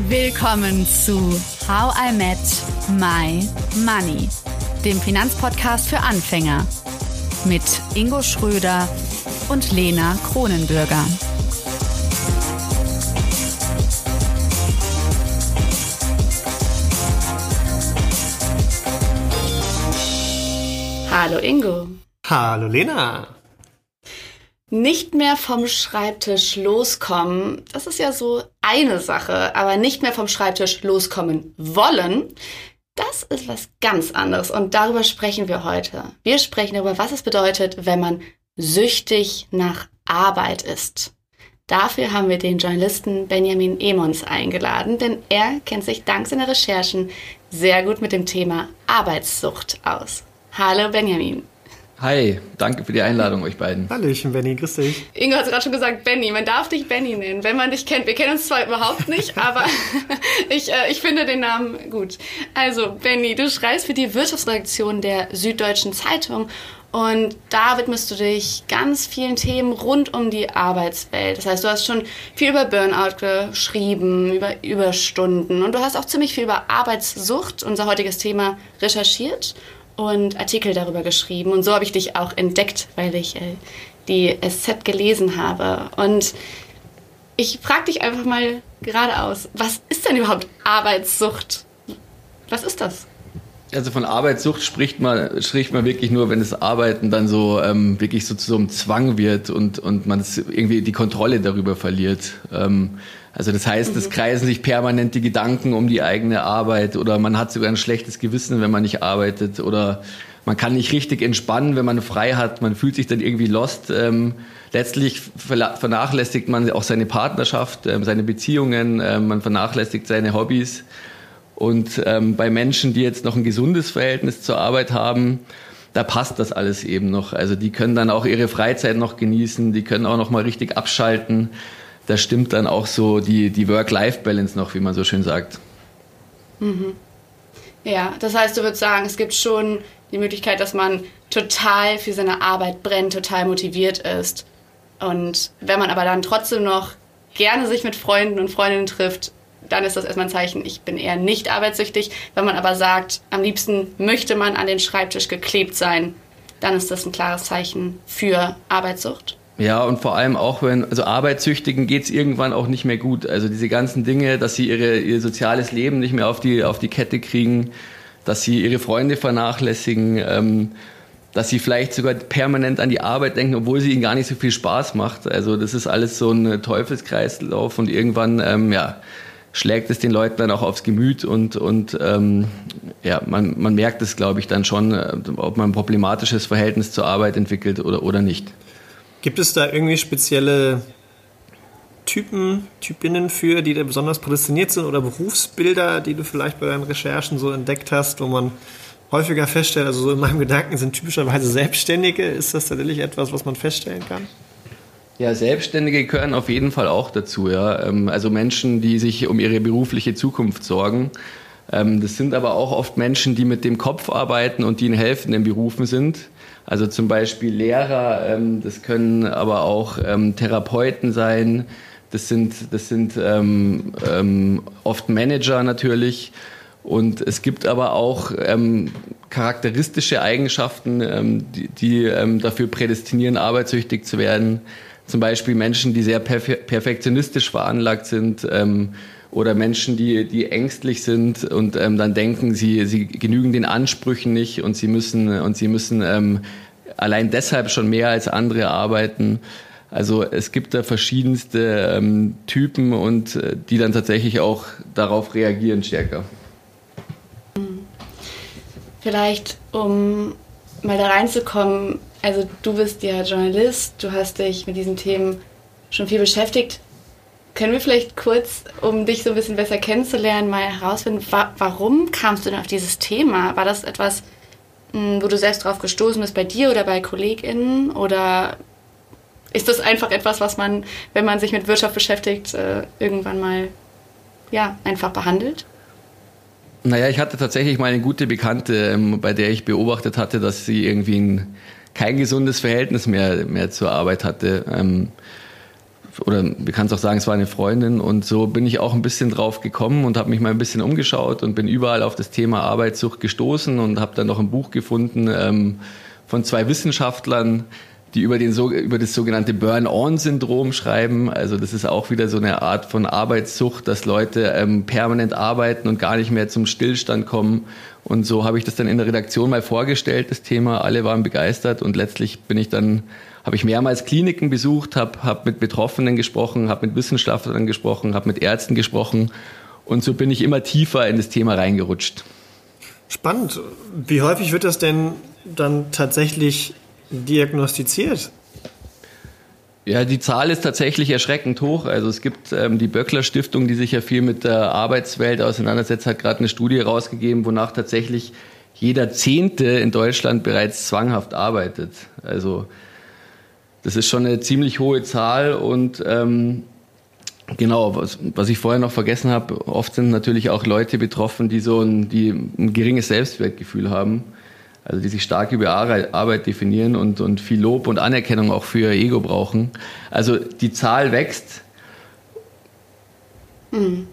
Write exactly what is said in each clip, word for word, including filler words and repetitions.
Willkommen zu How I Met My Money, dem Finanzpodcast für Anfänger mit Ingo Schröder und Lena Kronenbürger. Hallo Ingo. Hallo Lena. Nicht mehr vom Schreibtisch loskommen, das ist ja so eine Sache, aber nicht mehr vom Schreibtisch loskommen wollen, das ist was ganz anderes und darüber sprechen wir heute. Wir sprechen darüber, was es bedeutet, wenn man süchtig nach Arbeit ist. Dafür haben wir den Journalisten Benjamin Emons eingeladen, denn er kennt sich dank seiner Recherchen sehr gut mit dem Thema Arbeitssucht aus. Hallo Benjamin. Hi, danke für die Einladung, euch beiden. Hallöchen, Benni, grüß dich. Ingo hat gerade schon gesagt, Benni, man darf dich Benni nennen, wenn man dich kennt. Wir kennen uns zwar überhaupt nicht, aber ich, äh, ich finde den Namen gut. Also, Benni, du schreibst für die Wirtschaftsredaktion der Süddeutschen Zeitung und da widmest du dich ganz vielen Themen rund um die Arbeitswelt. Das heißt, du hast schon viel über Burnout geschrieben, über Überstunden und du hast auch ziemlich viel über Arbeitssucht, unser heutiges Thema, recherchiert und Artikel darüber geschrieben. Und so habe ich dich auch entdeckt, weil ich äh, die S Z gelesen habe. Und ich frage dich einfach mal geradeaus, was ist denn überhaupt Arbeitssucht? Was ist das? Also von Arbeitssucht spricht man, spricht man wirklich nur, wenn das Arbeiten dann so ähm, wirklich so zu so einem Zwang wird und, und man irgendwie die Kontrolle darüber verliert. Ähm, also das heißt, es kreisen sich permanent die Gedanken um die eigene Arbeit oder man hat sogar ein schlechtes Gewissen, wenn man nicht arbeitet oder man kann nicht richtig entspannen, wenn man frei hat, man fühlt sich dann irgendwie lost. Ähm, letztlich vernachlässigt man auch seine Partnerschaft, ähm, seine Beziehungen, ähm, man vernachlässigt seine Hobbys. Und ähm, bei Menschen, die jetzt noch ein gesundes Verhältnis zur Arbeit haben, da passt das alles eben noch. Also die können dann auch ihre Freizeit noch genießen, die können auch noch mal richtig abschalten. Da stimmt dann auch so die, die Work-Life-Balance noch, wie man so schön sagt. Mhm. Ja, das heißt, du würdest sagen, es gibt schon die Möglichkeit, dass man total für seine Arbeit brennt, total motiviert ist. Und wenn man aber dann trotzdem noch gerne sich mit Freunden und Freundinnen trifft, dann ist das erstmal ein Zeichen, ich bin eher nicht arbeitssüchtig. Wenn man aber sagt, am liebsten möchte man an den Schreibtisch geklebt sein, dann ist das ein klares Zeichen für Arbeitssucht. Ja, und vor allem auch, wenn, also Arbeitssüchtigen geht's irgendwann auch nicht mehr gut. Also diese ganzen Dinge, dass sie ihre, ihr soziales Leben nicht mehr auf die, auf die Kette kriegen, dass sie ihre Freunde vernachlässigen, ähm, dass sie vielleicht sogar permanent an die Arbeit denken, obwohl sie ihnen gar nicht so viel Spaß macht. Also das ist alles so ein Teufelskreislauf und irgendwann, ähm, ja, schlägt es den Leuten dann auch aufs Gemüt und, und ähm, ja, man, man merkt es, glaube ich, dann schon, ob man ein problematisches Verhältnis zur Arbeit entwickelt oder, oder nicht. Gibt es da irgendwie spezielle Typen, Typinnen für, die da besonders prädestiniert sind oder Berufsbilder, die du vielleicht bei deinen Recherchen so entdeckt hast, wo man häufiger feststellt, also so in meinem Gedanken sind typischerweise Selbstständige. Ist das tatsächlich etwas, was man feststellen kann? Ja, Selbstständige gehören auf jeden Fall auch dazu. Ja. Also Menschen, die sich um ihre berufliche Zukunft sorgen. Das sind aber auch oft Menschen, die mit dem Kopf arbeiten und die in helfenden Berufen sind. Also zum Beispiel Lehrer, das können aber auch Therapeuten sein. Das sind, das sind ähm, ähm, oft Manager natürlich. Und es gibt aber auch ähm, charakteristische Eigenschaften, ähm, die, die ähm, dafür prädestinieren, arbeitssüchtig zu werden. Zum Beispiel Menschen, die sehr perfe- perfektionistisch veranlagt sind ähm, oder Menschen, die, die ängstlich sind und ähm, dann denken, sie, sie genügen den Ansprüchen nicht und sie müssen, und sie müssen ähm, allein deshalb schon mehr als andere arbeiten. Also es gibt da verschiedenste ähm, Typen und äh, die dann tatsächlich auch darauf reagieren stärker. Vielleicht, um mal da reinzukommen, also du bist ja Journalist, du hast dich mit diesen Themen schon viel beschäftigt. Können wir vielleicht kurz, um dich so ein bisschen besser kennenzulernen, mal herausfinden, wa- warum kamst du denn auf dieses Thema? War das etwas, mh, wo du selbst drauf gestoßen bist, bei dir oder bei KollegInnen? Oder ist das einfach etwas, was man, wenn man sich mit Wirtschaft beschäftigt, äh, irgendwann mal ja, einfach behandelt? Naja, ich hatte tatsächlich mal eine gute Bekannte, bei der ich beobachtet hatte, dass sie irgendwie ein, kein gesundes Verhältnis mehr, mehr zur Arbeit hatte. oder wir können es auch sagen, es war eine Freundin und so bin ich auch ein bisschen drauf gekommen und habe mich mal ein bisschen umgeschaut und bin überall auf das Thema Arbeitssucht gestoßen und habe dann noch ein Buch gefunden ähm, von zwei Wissenschaftlern, die über, den, über das sogenannte Burn-on-Syndrom schreiben. Also das ist auch wieder so eine Art von Arbeitssucht, dass Leute ähm, permanent arbeiten und gar nicht mehr zum Stillstand kommen. Und so habe ich das dann in der Redaktion mal vorgestellt, das Thema. Alle waren begeistert und letztlich bin ich dann, habe ich mehrmals Kliniken besucht, habe hab mit Betroffenen gesprochen, habe mit Wissenschaftlern gesprochen, habe mit Ärzten gesprochen und so bin ich immer tiefer in das Thema reingerutscht. Spannend. Wie häufig wird das denn dann tatsächlich diagnostiziert? Ja, die Zahl ist tatsächlich erschreckend hoch. Also es gibt ähm, die Böckler Stiftung, die sich ja viel mit der Arbeitswelt auseinandersetzt, hat gerade eine Studie rausgegeben, wonach tatsächlich jeder Zehnte in Deutschland bereits zwanghaft arbeitet. Also das ist schon eine ziemlich hohe Zahl und ähm, genau, was, was ich vorher noch vergessen habe, oft sind natürlich auch Leute betroffen, die so ein, die ein geringes Selbstwertgefühl haben. Also die sich stark über Arbeit definieren und, und viel Lob und Anerkennung auch für ihr Ego brauchen. Also die Zahl wächst. Hm.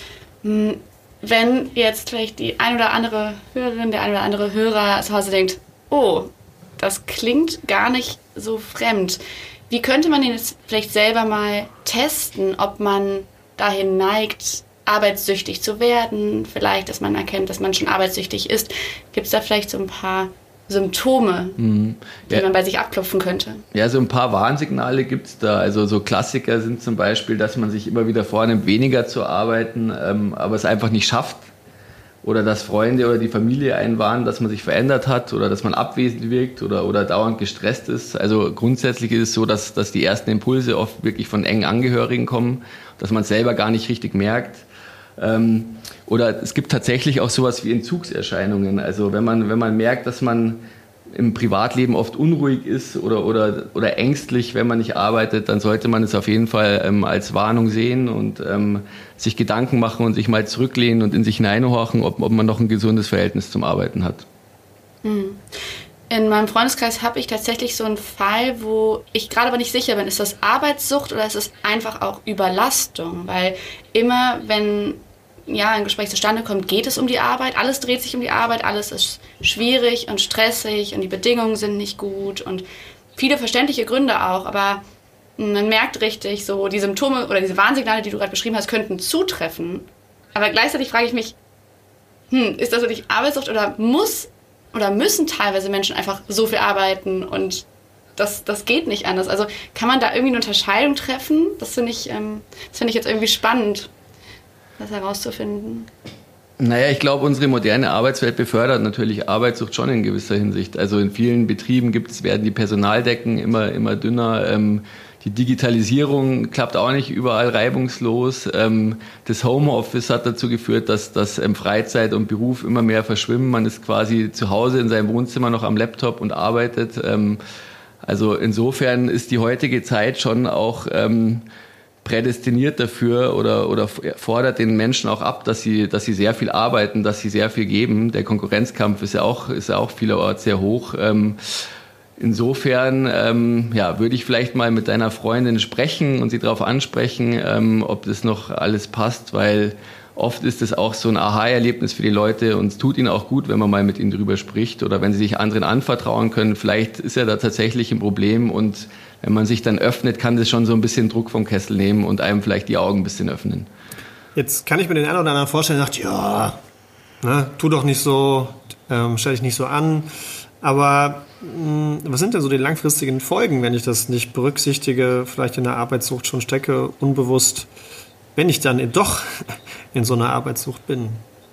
Wenn jetzt vielleicht die ein oder andere Hörerin, der ein oder andere Hörer zu Hause denkt, oh, das klingt gar nicht so fremd. Wie könnte man denn jetzt vielleicht selber mal testen, ob man dahin neigt, arbeitssüchtig zu werden, vielleicht, dass man erkennt, dass man schon arbeitssüchtig ist. Gibt es da vielleicht so ein paar Symptome, mhm. ja. die man bei sich abklopfen könnte? Ja, so ein paar Warnsignale gibt es da. Also so Klassiker sind zum Beispiel, dass man sich immer wieder vornimmt, weniger zu arbeiten, ähm, aber es einfach nicht schafft. Oder dass Freunde oder die Familie einen warnen, dass man sich verändert hat oder dass man abwesend wirkt oder, oder dauernd gestresst ist. Also grundsätzlich ist es so, dass, dass die ersten Impulse oft wirklich von engen Angehörigen kommen, dass man es selber gar nicht richtig merkt. Ähm, oder es gibt tatsächlich auch sowas wie Entzugserscheinungen. Also wenn man, wenn man merkt, dass man im Privatleben oft unruhig ist oder, oder, oder ängstlich, wenn man nicht arbeitet, dann sollte man es auf jeden Fall ähm, als Warnung sehen und ähm, sich Gedanken machen und sich mal zurücklehnen und in sich hineinhorchen, ob, ob man noch ein gesundes Verhältnis zum Arbeiten hat. In meinem Freundeskreis habe ich tatsächlich so einen Fall, wo ich gerade aber nicht sicher bin, ist das Arbeitssucht oder ist es einfach auch Überlastung? Weil immer, wenn ja, ein Gespräch zustande kommt, geht es um die Arbeit, alles dreht sich um die Arbeit, alles ist schwierig und stressig und die Bedingungen sind nicht gut und viele verständliche Gründe auch, aber man merkt richtig, so die Symptome oder diese Warnsignale, die du gerade beschrieben hast, könnten zutreffen, aber gleichzeitig frage ich mich, hm, ist das wirklich Arbeitssucht oder muss oder müssen teilweise Menschen einfach so viel arbeiten und das, das geht nicht anders, also kann man da irgendwie eine Unterscheidung treffen? Das finde ich, ähm, das finde ich jetzt irgendwie spannend, das herauszufinden. Naja, ich glaube, unsere moderne Arbeitswelt befördert natürlich Arbeitssucht schon in gewisser Hinsicht. Also in vielen Betrieben gibt's, werden die Personaldecken immer, immer dünner. Ähm, die Digitalisierung klappt auch nicht überall reibungslos. Ähm, das Homeoffice hat dazu geführt, dass, dass ähm, Freizeit und Beruf immer mehr verschwimmen. Man ist quasi zu Hause in seinem Wohnzimmer noch am Laptop und arbeitet. Ähm, also insofern ist die heutige Zeit schon auch ähm, prädestiniert dafür oder, oder fordert den Menschen auch ab, dass sie, dass sie sehr viel arbeiten, dass sie sehr viel geben. Der Konkurrenzkampf ist ja auch, ist ja auch vielerorts sehr hoch. Ähm, insofern ähm, ja, würde ich vielleicht mal mit deiner Freundin sprechen und sie darauf ansprechen, ähm, ob das noch alles passt, weil oft ist es auch so ein Aha-Erlebnis für die Leute und es tut ihnen auch gut, wenn man mal mit ihnen drüber spricht oder wenn sie sich anderen anvertrauen können. Vielleicht ist ja da tatsächlich ein Problem und wenn man sich dann öffnet, kann das schon so ein bisschen Druck vom Kessel nehmen und einem vielleicht die Augen ein bisschen öffnen. Jetzt kann ich mir den einen oder anderen vorstellen, der sagt, ja, ne, tu doch nicht so, ähm, stell dich nicht so an. Aber mh, was sind denn so die langfristigen Folgen, wenn ich das nicht berücksichtige, vielleicht in der Arbeitssucht schon stecke, unbewusst, wenn ich dann doch in so einer Arbeitssucht bin?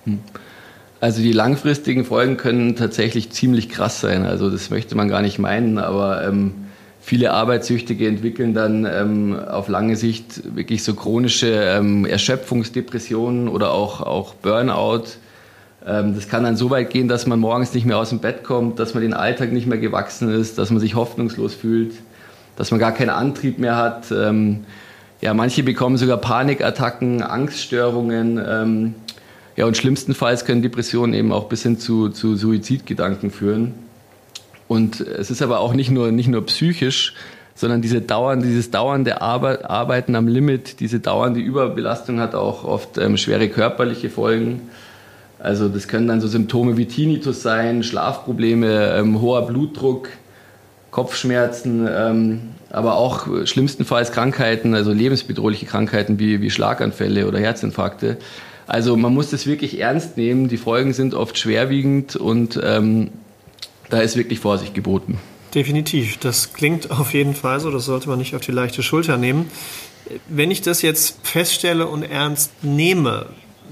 Also die langfristigen Folgen können tatsächlich ziemlich krass sein. Also das möchte man gar nicht meinen, aber ähm, viele Arbeitssüchtige entwickeln dann ähm, auf lange Sicht wirklich so chronische ähm, Erschöpfungsdepressionen oder auch, auch Burnout. Ähm, das kann dann so weit gehen, dass man morgens nicht mehr aus dem Bett kommt, dass man den Alltag nicht mehr gewachsen ist, dass man sich hoffnungslos fühlt, dass man gar keinen Antrieb mehr hat. Ähm, ja, manche bekommen sogar Panikattacken, Angststörungen. Ähm, ja, und schlimmstenfalls können Depressionen eben auch bis hin zu, zu Suizidgedanken führen. Und es ist aber auch nicht nur, nicht nur psychisch, sondern diese dauernde, dieses dauernde Arbeit, Arbeiten am Limit, diese dauernde Überbelastung hat auch oft ähm, schwere körperliche Folgen. Also das können dann so Symptome wie Tinnitus sein, Schlafprobleme, ähm, hoher Blutdruck, Kopfschmerzen, ähm, aber auch schlimmstenfalls Krankheiten, also lebensbedrohliche Krankheiten wie, wie Schlaganfälle oder Herzinfarkte. Also man muss das wirklich ernst nehmen, die Folgen sind oft schwerwiegend und ähm, da ist wirklich Vorsicht geboten. Definitiv, das klingt auf jeden Fall so, das sollte man nicht auf die leichte Schulter nehmen. Wenn ich das jetzt feststelle und ernst nehme,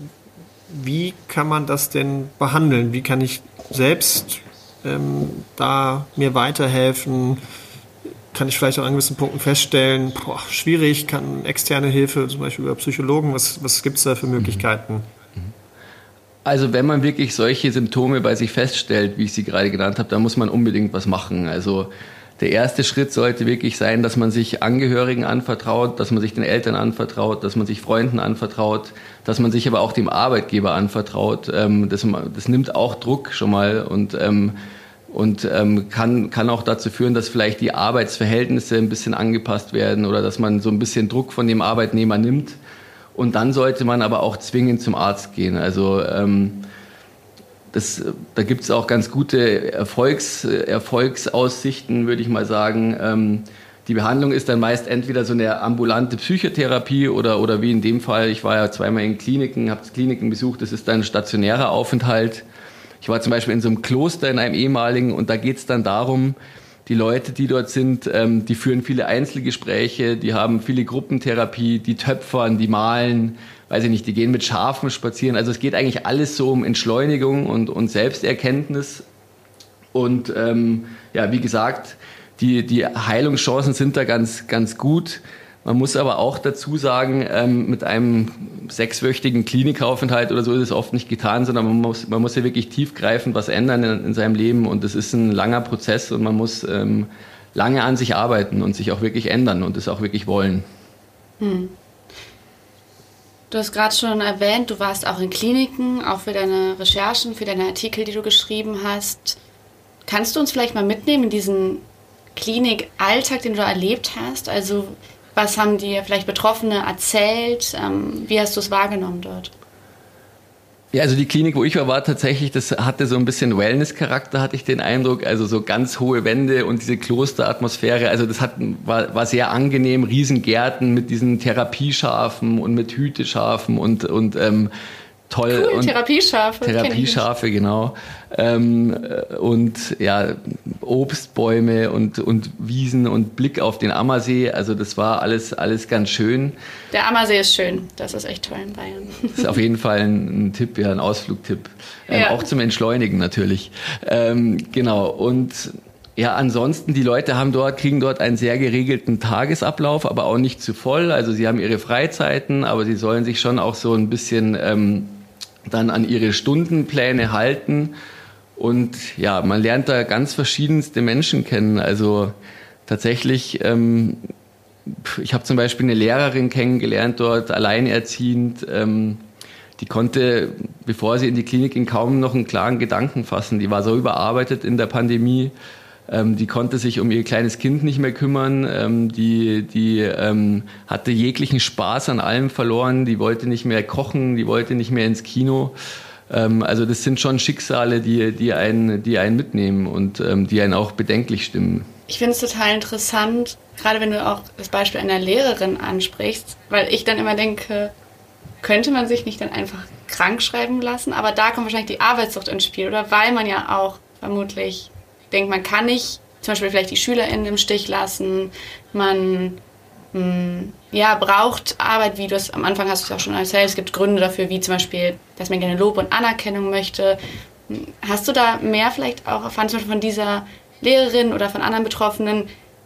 wie kann man das denn behandeln? Wie kann ich selbst ähm, da mir weiterhelfen? Kann ich vielleicht auch an gewissen Punkten feststellen, boah, schwierig, kann externe Hilfe, zum Beispiel über Psychologen, was, was gibt es da für Möglichkeiten? Also wenn man wirklich solche Symptome bei sich feststellt, wie ich sie gerade genannt habe, dann muss man unbedingt was machen. Also der erste Schritt sollte wirklich sein, dass man sich Angehörigen anvertraut, dass man sich den Eltern anvertraut, dass man sich Freunden anvertraut, dass man sich aber auch dem Arbeitgeber anvertraut. Das, das nimmt auch Druck schon mal und, und kann, kann auch dazu führen, dass vielleicht die Arbeitsverhältnisse ein bisschen angepasst werden oder dass man so ein bisschen Druck von dem Arbeitnehmer nimmt. Und dann sollte man aber auch zwingend zum Arzt gehen. Also ähm, das, da gibt es auch ganz gute Erfolgs, Erfolgsaussichten, würde ich mal sagen. Ähm, die Behandlung ist dann meist entweder so eine ambulante Psychotherapie oder, oder wie in dem Fall, ich war ja zweimal in Kliniken, habe Kliniken besucht, das ist dann ein stationärer Aufenthalt. Ich war zum Beispiel in so einem Kloster in einem ehemaligen und da geht es dann darum, die Leute, die dort sind, ähm, die führen viele Einzelgespräche, die haben viele Gruppentherapie, die töpfern, die malen, weiß ich nicht, die gehen mit Schafen spazieren. Also es geht eigentlich alles so um Entschleunigung und, und Selbsterkenntnis. Und ähm, ja, wie gesagt, die, die Heilungschancen sind da ganz, ganz gut. Man muss aber auch dazu sagen, ähm, mit einem sechswöchigen Klinikaufenthalt oder so ist es oft nicht getan, sondern man muss, man muss ja wirklich tiefgreifend was ändern in, in seinem Leben und das ist ein langer Prozess und man muss ähm, lange an sich arbeiten und sich auch wirklich ändern und das auch wirklich wollen. Hm. Du hast gerade schon erwähnt, du warst auch in Kliniken, auch für deine Recherchen, für deine Artikel, die du geschrieben hast. Kannst du uns vielleicht mal mitnehmen in diesen Klinikalltag, den du erlebt hast? Also was haben dir vielleicht Betroffene erzählt? Ähm, wie hast du es wahrgenommen dort? Ja, also die Klinik, wo ich war, war tatsächlich, das hatte so ein bisschen Wellness-Charakter, hatte ich den Eindruck. Also so ganz hohe Wände und diese Klosteratmosphäre. Also das hat, war, war sehr angenehm. Riesengärten mit diesen Therapieschafen und mit Hüteschafen und, und ähm, toll. Cool, und Therapieschafe. Therapieschafe, genau. Ähm, und ja, Obstbäume und, und Wiesen und Blick auf den Ammersee. Also das war alles, alles ganz schön. Der Ammersee ist schön. Das ist echt toll in Bayern. Das ist auf jeden Fall ein, ein Tipp, ja, ein Ausflugtipp. Ähm, ja. Auch zum Entschleunigen natürlich. Ähm, genau. Und ja, ansonsten, die Leute haben dort, kriegen dort einen sehr geregelten Tagesablauf, aber auch nicht zu voll. Also sie haben ihre Freizeiten, aber sie sollen sich schon auch so ein bisschen ähm, dann an ihre Stundenpläne halten. Und ja, man lernt da ganz verschiedenste Menschen kennen. Also tatsächlich, ähm, ich habe zum Beispiel eine Lehrerin kennengelernt dort, alleinerziehend. Ähm, die konnte, bevor sie in die Klinik ging, kaum noch einen klaren Gedanken fassen. Die war so überarbeitet in der Pandemie. Ähm, die konnte sich um ihr kleines Kind nicht mehr kümmern. Ähm, die die ähm, hatte jeglichen Spaß an allem verloren. Die wollte nicht mehr kochen, die wollte nicht mehr ins Kino. Ähm, also das sind schon Schicksale, die, die, einen, die einen mitnehmen und ähm, die einen auch bedenklich stimmen. Ich finde es total interessant, gerade wenn du auch das Beispiel einer Lehrerin ansprichst, weil ich dann immer denke, könnte man sich nicht dann einfach krank schreiben lassen? Aber da kommt wahrscheinlich die Arbeitssucht ins Spiel, oder? Weil man ja auch vermutlich denkt, man kann nicht zum Beispiel vielleicht die SchülerInnen im Stich lassen, man mh, ja, braucht Arbeit, wie du es am Anfang hast du es auch schon erzählt, es gibt Gründe dafür, wie zum Beispiel, dass man gerne Lob und Anerkennung möchte. Hast du da mehr vielleicht auch erfahren, zum Beispiel von dieser Lehrerin oder von anderen Betroffenen,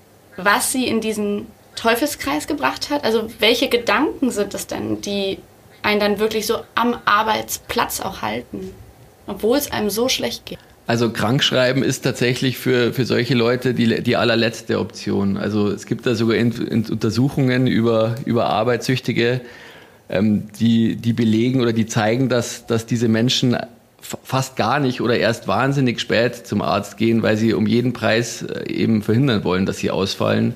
was sie in diesen Teufelskreis gebracht hat? Also welche Gedanken sind das denn, die einen dann wirklich so am Arbeitsplatz auch halten, obwohl es einem so schlecht geht? Also krankschreiben ist tatsächlich für, für solche Leute die, die allerletzte Option. Also es gibt da sogar in, in Untersuchungen über, über Arbeitssüchtige, ähm, die, die belegen oder die zeigen, dass, dass diese Menschen fast gar nicht oder erst wahnsinnig spät zum Arzt gehen, weil sie um jeden Preis eben verhindern wollen, dass sie ausfallen.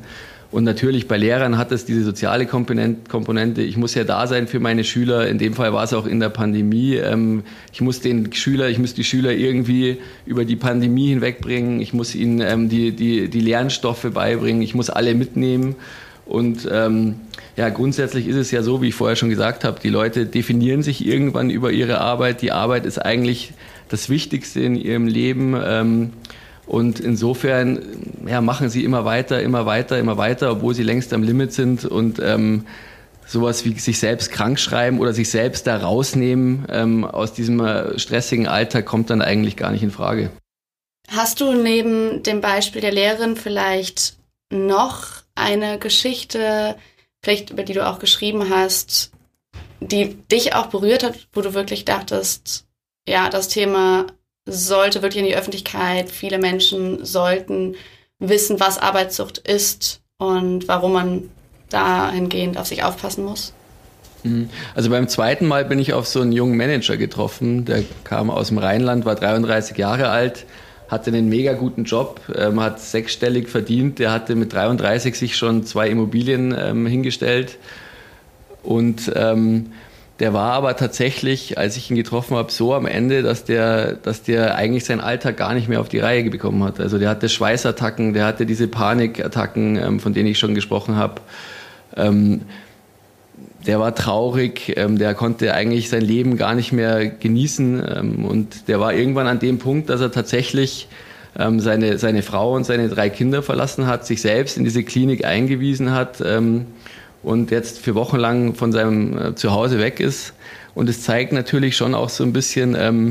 Und natürlich bei Lehrern hat es diese soziale Komponente. Ich muss ja da sein für meine Schüler. In dem Fall war es auch in der Pandemie. Ich muss den Schüler, ich muss die Schüler irgendwie über die Pandemie hinwegbringen. Ich muss ihnen die, die, die Lernstoffe beibringen. Ich muss alle mitnehmen. Und ähm, ja, grundsätzlich ist es ja so, wie ich vorher schon gesagt habe, die Leute definieren sich irgendwann über ihre Arbeit. Die Arbeit ist eigentlich das Wichtigste in ihrem Leben. Ähm, Und insofern ja, machen sie immer weiter, immer weiter, immer weiter, obwohl sie längst am Limit sind. Und ähm, sowas wie sich selbst krank schreiben oder sich selbst da rausnehmen ähm, aus diesem äh, stressigen Alltag kommt dann eigentlich gar nicht in Frage. Hast du neben dem Beispiel der Lehrerin vielleicht noch eine Geschichte, vielleicht über die du auch geschrieben hast, die dich auch berührt hat, wo du wirklich dachtest, ja, das Thema sollte wirklich in die Öffentlichkeit, viele Menschen sollten wissen, was Arbeitssucht ist und warum man dahingehend auf sich aufpassen muss? Also beim zweiten Mal bin ich auf so einen jungen Manager getroffen, der kam aus dem Rheinland, war dreiunddreißig Jahre alt, hatte einen mega guten Job, ähm, hat sechsstellig verdient, der hatte mit dreiunddreißig sich schon zwei Immobilien ähm, hingestellt und ähm, der war aber tatsächlich, als ich ihn getroffen habe, so am Ende, dass der, dass der eigentlich seinen Alltag gar nicht mehr auf die Reihe bekommen hat. Also der hatte Schweißattacken, der hatte diese Panikattacken, ähm, von denen ich schon gesprochen habe. Ähm, der war traurig, ähm, der konnte eigentlich sein Leben gar nicht mehr genießen. Ähm, und der war irgendwann an dem Punkt, dass er tatsächlich ähm, seine, seine Frau und seine drei Kinder verlassen hat, sich selbst in diese Klinik eingewiesen hat, ähm, und jetzt für Wochen lang von seinem äh, Zuhause weg ist. Und es zeigt natürlich schon auch so ein bisschen ähm,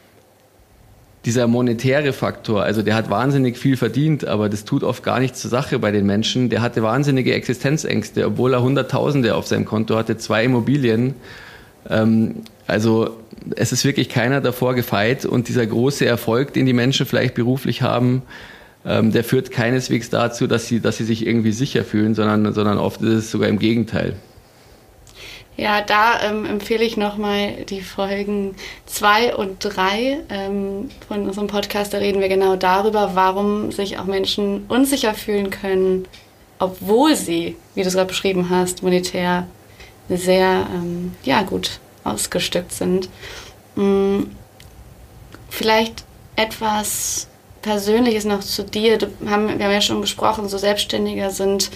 dieser monetäre Faktor. Also der hat wahnsinnig viel verdient, aber das tut oft gar nichts zur Sache bei den Menschen. Der hatte wahnsinnige Existenzängste, obwohl er Hunderttausende auf seinem Konto hatte, zwei Immobilien. Ähm, also es ist wirklich keiner davor gefeit. Und dieser große Erfolg, den die Menschen vielleicht beruflich haben, Ähm, der führt keineswegs dazu, dass sie, dass sie sich irgendwie sicher fühlen, sondern, sondern oft ist es sogar im Gegenteil. Ja, da ähm, empfehle ich nochmal die Folgen zwei und drei ähm, von unserem Podcast. Da reden wir genau darüber, warum sich auch Menschen unsicher fühlen können, obwohl sie, wie du es gerade beschrieben hast, monetär sehr ähm, ja, gut ausgestückt sind. Hm, vielleicht etwas Persönliches noch zu dir. Du, haben, wir haben ja schon gesprochen, so Selbstständige sind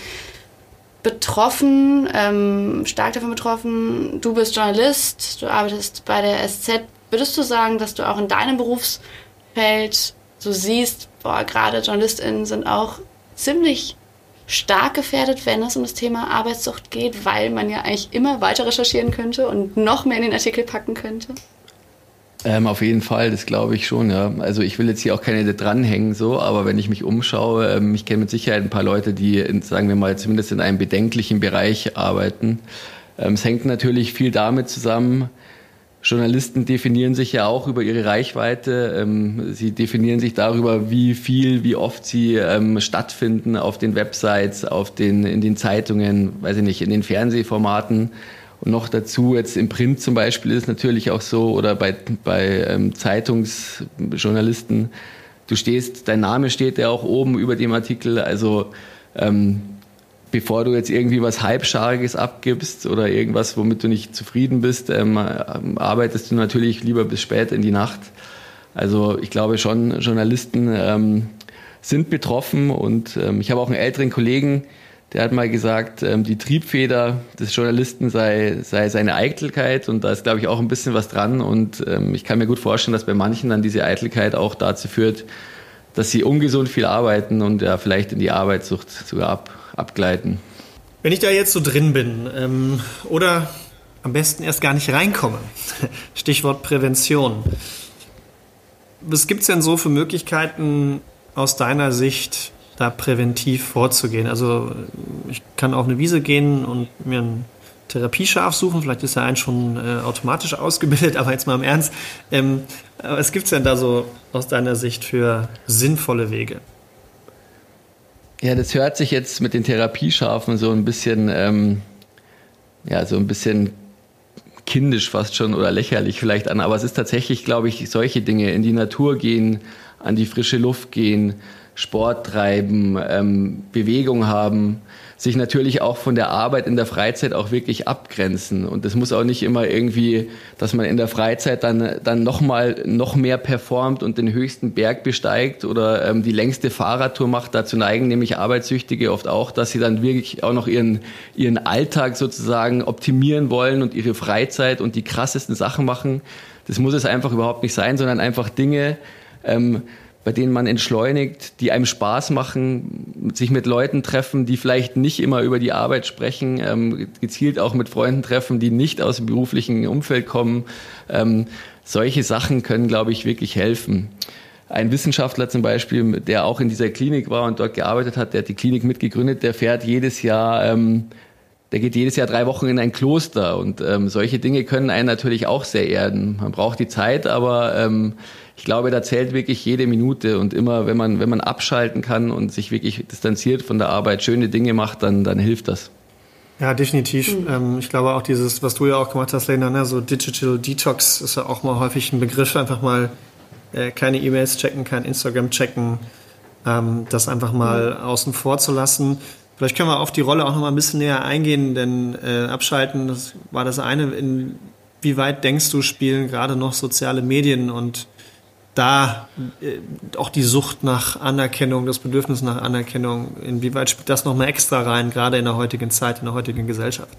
betroffen, ähm, stark davon betroffen. Du bist Journalist, du arbeitest bei der S Z. Würdest du sagen, dass du auch in deinem Berufsfeld so siehst, boah, gerade JournalistInnen sind auch ziemlich stark gefährdet, wenn es um das Thema Arbeitssucht geht, weil man ja eigentlich immer weiter recherchieren könnte und noch mehr in den Artikel packen könnte? Ähm, auf jeden Fall, das glaube ich schon, ja. Also ich will jetzt hier auch keine dranhängen, so, aber wenn ich mich umschaue, ähm, ich kenne mit Sicherheit ein paar Leute, die, in, sagen wir mal, zumindest in einem bedenklichen Bereich arbeiten. Ähm, es hängt natürlich viel damit zusammen. Journalisten definieren sich ja auch über ihre Reichweite. Ähm, sie definieren sich darüber, wie viel, wie oft sie ähm, stattfinden auf den Websites, auf den, in den Zeitungen, weiß ich nicht, in den Fernsehformaten. Und noch dazu, jetzt im Print zum Beispiel ist es natürlich auch so, oder bei, bei ähm, Zeitungsjournalisten, du stehst, dein Name steht ja auch oben über dem Artikel, also ähm, bevor du jetzt irgendwie was Halbschariges abgibst oder irgendwas, womit du nicht zufrieden bist, ähm, arbeitest du natürlich lieber bis spät in die Nacht. Also ich glaube schon, Journalisten ähm, sind betroffen und ähm, ich habe auch einen älteren Kollegen, der hat mal gesagt, ähm, die Triebfeder des Journalisten sei, sei seine Eitelkeit und da ist, glaube ich, auch ein bisschen was dran und ähm, ich kann mir gut vorstellen, dass bei manchen dann diese Eitelkeit auch dazu führt, dass sie ungesund viel arbeiten und ja, vielleicht in die Arbeitssucht sogar ab, abgleiten. Wenn ich da jetzt so drin bin ähm, oder am besten erst gar nicht reinkomme, Stichwort Prävention, was gibt es denn so für Möglichkeiten aus deiner Sicht, da präventiv vorzugehen? Also ich kann auf eine Wiese gehen und mir einen Therapieschaf suchen, vielleicht ist ja ein schon äh, automatisch ausgebildet, aber jetzt mal im Ernst, ähm, was gibt es denn da so aus deiner Sicht für sinnvolle Wege? Ja, das hört sich jetzt mit den Therapieschafen so ein bisschen, ähm, ja, so ein bisschen kindisch fast schon oder lächerlich vielleicht an, aber es ist tatsächlich, glaube ich, solche Dinge, in die Natur gehen, an die frische Luft gehen, Sport treiben, ähm, Bewegung haben, sich natürlich auch von der Arbeit in der Freizeit auch wirklich abgrenzen. Und das muss auch nicht immer irgendwie, dass man in der Freizeit dann, dann noch mal noch mehr performt und den höchsten Berg besteigt oder ähm, die längste Fahrradtour macht. Dazu neigen nämlich Arbeitssüchtige oft auch, dass sie dann wirklich auch noch ihren, ihren Alltag sozusagen optimieren wollen und ihre Freizeit und die krassesten Sachen machen. Das muss es einfach überhaupt nicht sein, sondern einfach Dinge, ähm, bei denen man entschleunigt, die einem Spaß machen, sich mit Leuten treffen, die vielleicht nicht immer über die Arbeit sprechen, ähm, gezielt auch mit Freunden treffen, die nicht aus dem beruflichen Umfeld kommen. Ähm, solche Sachen können, glaube ich, wirklich helfen. Ein Wissenschaftler zum Beispiel, der auch in dieser Klinik war und dort gearbeitet hat, der hat die Klinik mitgegründet, der fährt jedes Jahr... Ähm, Der geht jedes Jahr drei Wochen in ein Kloster und ähm, solche Dinge können einen natürlich auch sehr erden. Man braucht die Zeit, aber ähm, ich glaube, da zählt wirklich jede Minute und immer, wenn man wenn man abschalten kann und sich wirklich distanziert von der Arbeit, schöne Dinge macht, dann dann hilft das. Ja, definitiv. Mhm. Ähm, ich glaube auch dieses, was du ja auch gemacht hast, Lena, ne, so Digital Detox ist ja auch mal häufig ein Begriff, einfach mal äh, keine E-Mails checken, kein Instagram checken, ähm, das einfach mal mhm. außen vor zu lassen. Vielleicht können wir auf die Rolle auch noch mal ein bisschen näher eingehen, denn äh, abschalten, das war das eine. Inwieweit denkst du, spielen gerade noch soziale Medien und da äh, auch die Sucht nach Anerkennung, das Bedürfnis nach Anerkennung, inwieweit spielt das noch mal extra rein, gerade in der heutigen Zeit, in der heutigen Gesellschaft?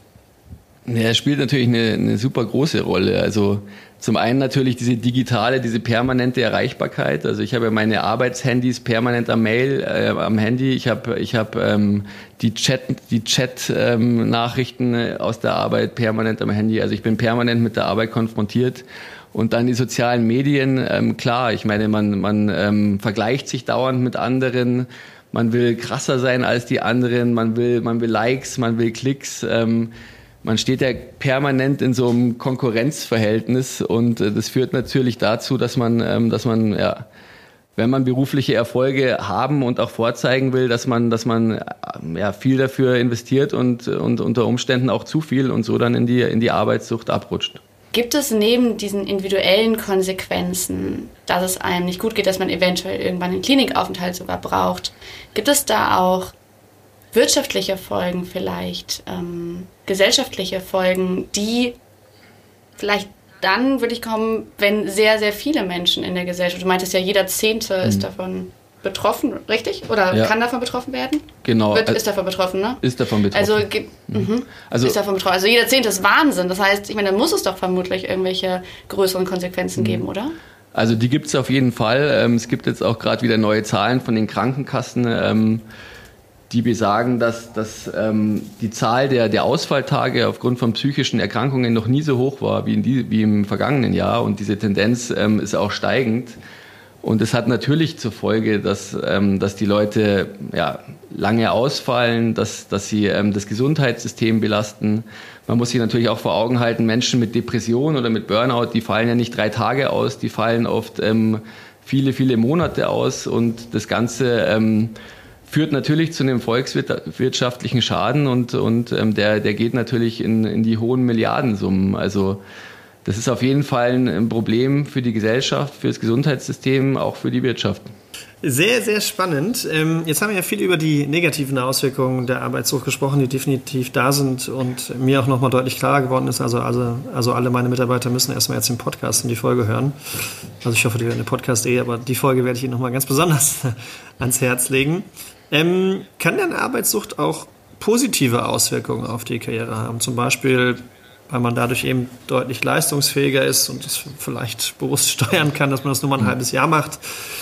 Ja, es spielt natürlich eine, eine super große Rolle. Also zum einen natürlich diese digitale, diese permanente Erreichbarkeit. Also ich habe ja meine Arbeitshandys permanent am Mail, äh, am Handy. Ich habe ich habe ähm, die Chat, die Chat-Nachrichten ähm, aus der Arbeit permanent am Handy. Also ich bin permanent mit der Arbeit konfrontiert. Und dann die sozialen Medien, ähm, klar, ich meine, man, man ähm, vergleicht sich dauernd mit anderen. Man will krasser sein als die anderen. Man will, man will Likes, man will Klicks. Ähm, Man steht ja permanent in so einem Konkurrenzverhältnis und äh, das führt natürlich dazu, dass man, ähm, dass man, ja, wenn man berufliche Erfolge haben und auch vorzeigen will, dass man, dass man äh, ja, viel dafür investiert und, und unter Umständen auch zu viel und so dann in die, in die Arbeitssucht abrutscht. Gibt es neben diesen individuellen Konsequenzen, dass es einem nicht gut geht, dass man eventuell irgendwann einen Klinikaufenthalt sogar braucht, gibt es da auch wirtschaftliche Folgen vielleicht, ähm, gesellschaftliche Folgen, die vielleicht dann würde ich kommen, wenn sehr, sehr viele Menschen in der Gesellschaft, du meintest ja, jeder Zehnte mhm. ist davon betroffen, richtig? Oder ja. kann davon betroffen werden? Genau. Wird, ist davon betroffen, ne? Ist davon betroffen. Also, mhm. also, ist davon betroffen. Also jeder Zehnte ist Wahnsinn. Das heißt, ich meine, da muss es doch vermutlich irgendwelche größeren Konsequenzen mhm. geben, oder? Also die gibt es auf jeden Fall. Es gibt jetzt auch gerade wieder neue Zahlen von den Krankenkassen, die besagen, dass, dass ähm, die Zahl der, der Ausfalltage aufgrund von psychischen Erkrankungen noch nie so hoch war wie, in die, wie im vergangenen Jahr. Und diese Tendenz ähm, ist auch steigend. Und es hat natürlich zur Folge, dass, ähm, dass die Leute ja, lange ausfallen, dass, dass sie ähm, das Gesundheitssystem belasten. Man muss sich natürlich auch vor Augen halten, Menschen mit Depression oder mit Burnout, die fallen ja nicht drei Tage aus, die fallen oft ähm, viele, viele Monate aus. Und das Ganze ähm, führt natürlich zu einem volkswirtschaftlichen Schaden und, und ähm, der, der geht natürlich in, in die hohen Milliardensummen. Also das ist auf jeden Fall ein Problem für die Gesellschaft, für das Gesundheitssystem, auch für die Wirtschaft. Sehr, sehr spannend. Jetzt haben wir ja viel über die negativen Auswirkungen der Arbeitssucht gesprochen, die definitiv da sind und mir auch nochmal deutlich klarer geworden ist. Also, also, also alle meine Mitarbeiter müssen erstmal jetzt den Podcast und die Folge hören. Also ich hoffe, die werden den Podcast eh, aber die Folge werde ich Ihnen nochmal ganz besonders ans Herz legen. Ähm, kann denn Arbeitssucht auch positive Auswirkungen auf die Karriere haben? Zum Beispiel, weil man dadurch eben deutlich leistungsfähiger ist und es vielleicht bewusst steuern kann, dass man das nur mal ein halbes Jahr macht.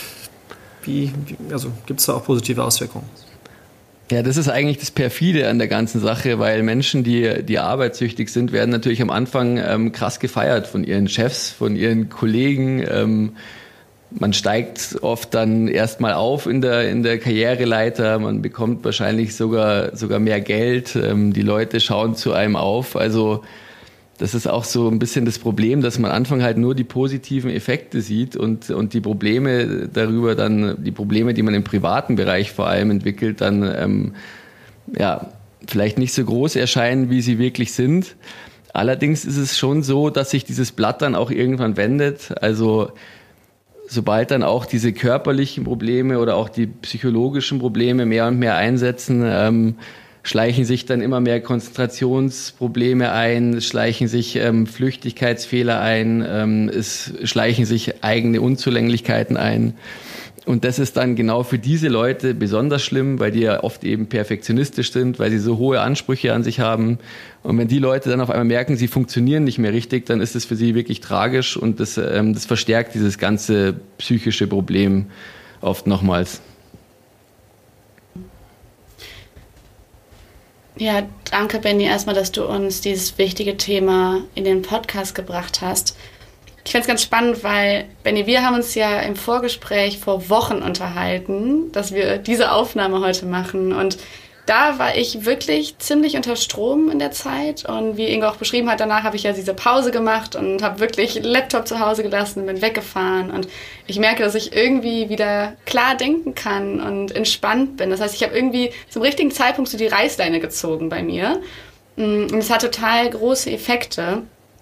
Wie, also gibt es da auch positive Auswirkungen? Ja, das ist eigentlich das Perfide an der ganzen Sache, weil Menschen, die, die arbeitssüchtig sind, werden natürlich am Anfang ähm, krass gefeiert von ihren Chefs, von ihren Kollegen. Ähm, man steigt oft dann erstmal auf in der, in der Karriereleiter, man bekommt wahrscheinlich sogar, sogar mehr Geld, ähm, die Leute schauen zu einem auf. Also das ist auch so ein bisschen das Problem, dass man am Anfang halt nur die positiven Effekte sieht und, und die Probleme darüber dann, die Probleme, die man im privaten Bereich vor allem entwickelt, dann ähm, ja, vielleicht nicht so groß erscheinen, wie sie wirklich sind. Allerdings ist es schon so, dass sich dieses Blatt dann auch irgendwann wendet. Also sobald dann auch diese körperlichen Probleme oder auch die psychologischen Probleme mehr und mehr einsetzen, ähm, schleichen sich dann immer mehr Konzentrationsprobleme ein, es schleichen sich ähm, Flüchtigkeitsfehler ein, ähm, es schleichen sich eigene Unzulänglichkeiten ein. Und das ist dann genau für diese Leute besonders schlimm, weil die ja oft eben perfektionistisch sind, weil sie so hohe Ansprüche an sich haben. Und wenn die Leute dann auf einmal merken, sie funktionieren nicht mehr richtig, dann ist es für sie wirklich tragisch und das, ähm, das verstärkt dieses ganze psychische Problem oft nochmals. Ja, danke Benni erstmal, dass du uns dieses wichtige Thema in den Podcast gebracht hast. Ich finde es ganz spannend, weil, Benni, wir haben uns ja im Vorgespräch vor Wochen unterhalten, dass wir diese Aufnahme heute machen. Und da war ich wirklich ziemlich unter Strom in der Zeit. Und wie Ingo auch beschrieben hat, danach habe ich ja diese Pause gemacht und habe wirklich Laptop zu Hause gelassen und bin weggefahren. Und ich merke, dass ich irgendwie wieder klar denken kann und entspannt bin. Das heißt, ich habe irgendwie zum richtigen Zeitpunkt so die Reißleine gezogen bei mir. Und es hat total große Effekte.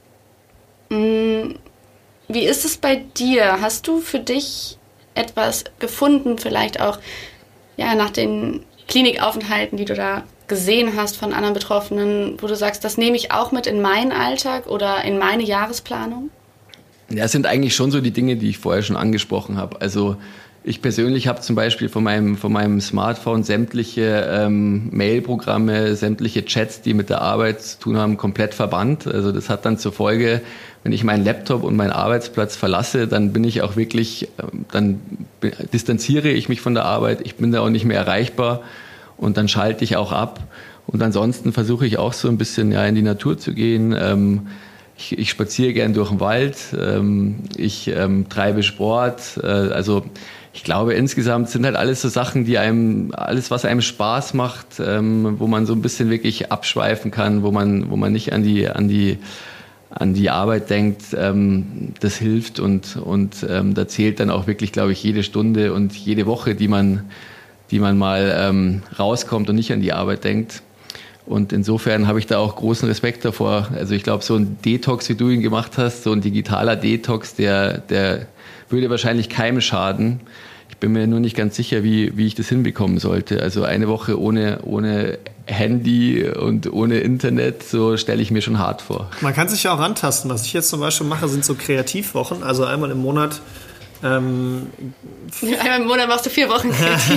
Wie ist es bei dir? Hast du für dich etwas gefunden, vielleicht auch ja, nach den Klinikaufenthalten, die du da gesehen hast von anderen Betroffenen, wo du sagst, das nehme ich auch mit in meinen Alltag oder in meine Jahresplanung? Ja, es sind eigentlich schon so die Dinge, die ich vorher schon angesprochen habe. Also ich persönlich habe zum Beispiel von meinem, von meinem Smartphone sämtliche ähm, Mail-Programme, sämtliche Chats, die mit der Arbeit zu tun haben, komplett verbannt. Also das hat dann zur Folge, wenn ich meinen Laptop und meinen Arbeitsplatz verlasse, dann bin ich auch wirklich, dann distanziere ich mich von der Arbeit, ich bin da auch nicht mehr erreichbar und dann schalte ich auch ab. Und ansonsten versuche ich auch so ein bisschen ja, in die Natur zu gehen. Ähm, ich, ich spaziere gern durch den Wald, ähm, ich ähm, treibe Sport, äh, also ich glaube, insgesamt sind halt alles so Sachen, die einem, alles, was einem Spaß macht, ähm, wo man so ein bisschen wirklich abschweifen kann, wo man, wo man nicht an die, an die, an die Arbeit denkt, ähm, das hilft und, und ähm, da zählt dann auch wirklich, glaube ich, jede Stunde und jede Woche, die man, die man mal ähm, rauskommt und nicht an die Arbeit denkt. Und insofern habe ich da auch großen Respekt davor. Also ich glaube, so ein Detox, wie du ihn gemacht hast, so ein digitaler Detox, der, der würde wahrscheinlich keinem schaden. Ich bin mir nur nicht ganz sicher, wie, wie ich das hinbekommen sollte. Also eine Woche ohne, ohne Handy und ohne Internet, so stelle ich mir schon hart vor. Man kann sich ja auch rantasten. Was ich jetzt zum Beispiel mache, sind so Kreativwochen. Also einmal im Monat. Ähm, einmal im Monat machst du vier Wochen kreativ.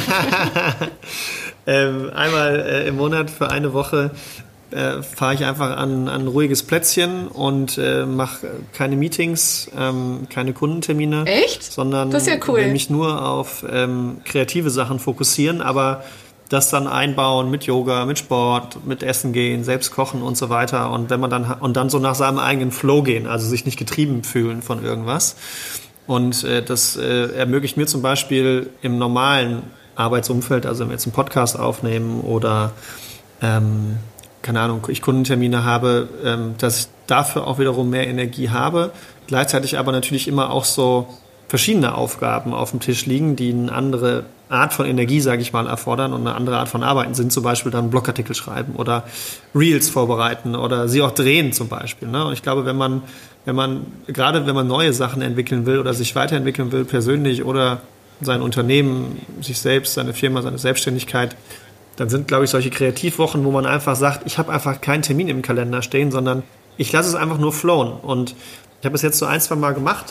ähm, einmal äh, im Monat für eine Woche äh, fahre ich einfach an, an ein ruhiges Plätzchen und äh, mache keine Meetings, ähm, keine Kundentermine. Echt? Sondern das ist ja cool. will mich nur auf ähm, kreative Sachen fokussieren, aber das dann einbauen mit Yoga, mit Sport, mit Essen gehen, selbst kochen und so weiter. Und wenn man dann und dann so nach seinem eigenen Flow gehen, also sich nicht getrieben fühlen von irgendwas. Und äh, das äh, ermöglicht mir zum Beispiel im normalen Arbeitsumfeld, also wenn wir jetzt einen Podcast aufnehmen oder ähm, keine Ahnung, ich Kundentermine habe, ähm, dass ich dafür auch wiederum mehr Energie habe, gleichzeitig aber natürlich immer auch so verschiedene Aufgaben auf dem Tisch liegen, die eine andere Art von Energie, sage ich mal, erfordern und eine andere Art von Arbeiten sind, zum Beispiel dann Blogartikel schreiben oder Reels vorbereiten oder sie auch drehen zum Beispiel. Ne? Und ich glaube, wenn man, wenn man, gerade wenn man neue Sachen entwickeln will oder sich weiterentwickeln will, persönlich oder sein Unternehmen, sich selbst, seine Firma, seine Selbstständigkeit, dann sind, glaube ich, solche Kreativwochen, wo man einfach sagt, ich habe einfach keinen Termin im Kalender stehen, sondern ich lasse es einfach nur flowen. Und ich habe es jetzt so ein, zwei Mal gemacht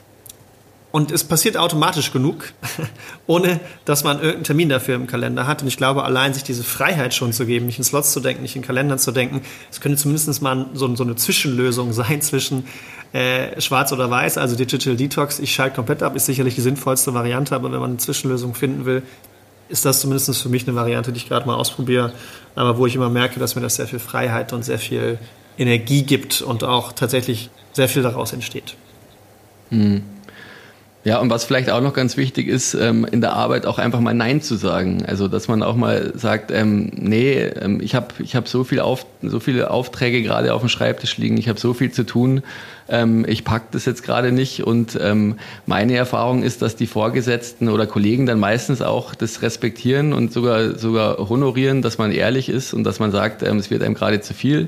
und es passiert automatisch genug, ohne dass man irgendeinen Termin dafür im Kalender hat. Und ich glaube, allein sich diese Freiheit schon zu geben, nicht in Slots zu denken, nicht in Kalendern zu denken, es könnte zumindest mal so, so eine Zwischenlösung sein zwischen äh, schwarz oder weiß, also Digital Detox, ich schalte komplett ab, ist sicherlich die sinnvollste Variante, aber wenn man eine Zwischenlösung finden will, ist das zumindest für mich eine Variante, die ich gerade mal ausprobiere, aber wo ich immer merke, dass mir das sehr viel Freiheit und sehr viel Energie gibt und auch tatsächlich sehr viel daraus entsteht. Hm. Ja, und was vielleicht auch noch ganz wichtig ist, ähm, in der Arbeit auch einfach mal Nein zu sagen. Also, dass man auch mal sagt, ähm, nee, ähm, ich habe ich hab so, viel auf, so viele Aufträge gerade auf dem Schreibtisch liegen, ich habe so viel zu tun, ähm, ich packe das jetzt gerade nicht. Und ähm, meine Erfahrung ist, dass die Vorgesetzten oder Kollegen dann meistens auch das respektieren und sogar, sogar honorieren, dass man ehrlich ist und dass man sagt, ähm, es wird einem gerade zu viel.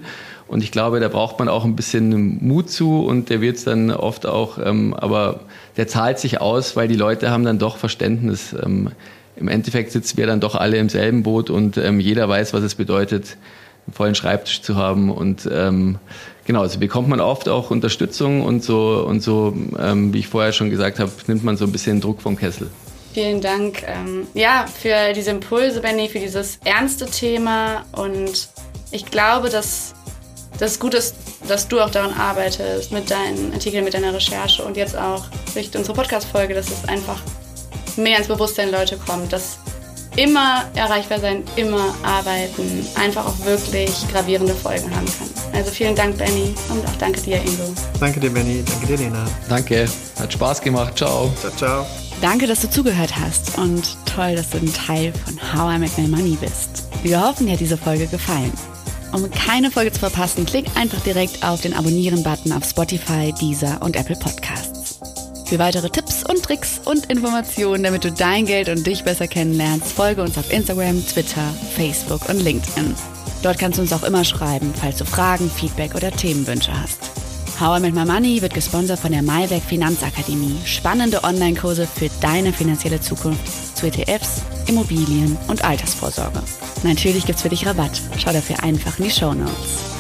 Und ich glaube, da braucht man auch ein bisschen Mut zu und der wird es dann oft auch, ähm, aber der zahlt sich aus, weil die Leute haben dann doch Verständnis. Ähm, Im Endeffekt sitzen wir dann doch alle im selben Boot und ähm, jeder weiß, was es bedeutet, einen vollen Schreibtisch zu haben. Und ähm, genau, so bekommt man oft auch Unterstützung und so, und so ähm, wie ich vorher schon gesagt habe, nimmt man so ein bisschen Druck vom Kessel. Vielen Dank ähm, ja, für diese Impulse, Benny, für dieses ernste Thema. Und ich glaube, dass das gut ist, dass du auch daran arbeitest, mit deinen Artikeln, mit deiner Recherche und jetzt auch durch unsere Podcast-Folge, dass es einfach mehr ins Bewusstsein Leute kommt, dass immer erreichbar sein, immer arbeiten, einfach auch wirklich gravierende Folgen haben kann. Also vielen Dank, Benny, und auch danke dir, Ingo. Danke dir, Benny. Danke dir, Lena. Danke, hat Spaß gemacht. Ciao. Ciao, ciao. Danke, dass du zugehört hast und toll, dass du ein Teil von How I Made My Money bist. Wir hoffen, dir hat diese Folge gefallen. Um keine Folge zu verpassen, klick einfach direkt auf den Abonnieren-Button auf Spotify, Deezer und Apple Podcasts. Für weitere Tipps und Tricks und Informationen, damit du dein Geld und dich besser kennenlernst, folge uns auf Instagram, Twitter, Facebook und LinkedIn. Dort kannst du uns auch immer schreiben, falls du Fragen, Feedback oder Themenwünsche hast. How I Made My Money wird gesponsert von der Maiweg Finanzakademie. Spannende Online-Kurse für deine finanzielle Zukunft zu E T Fs, Immobilien und Altersvorsorge. Natürlich gibt's für dich Rabatt. Schau dafür einfach in die Shownotes.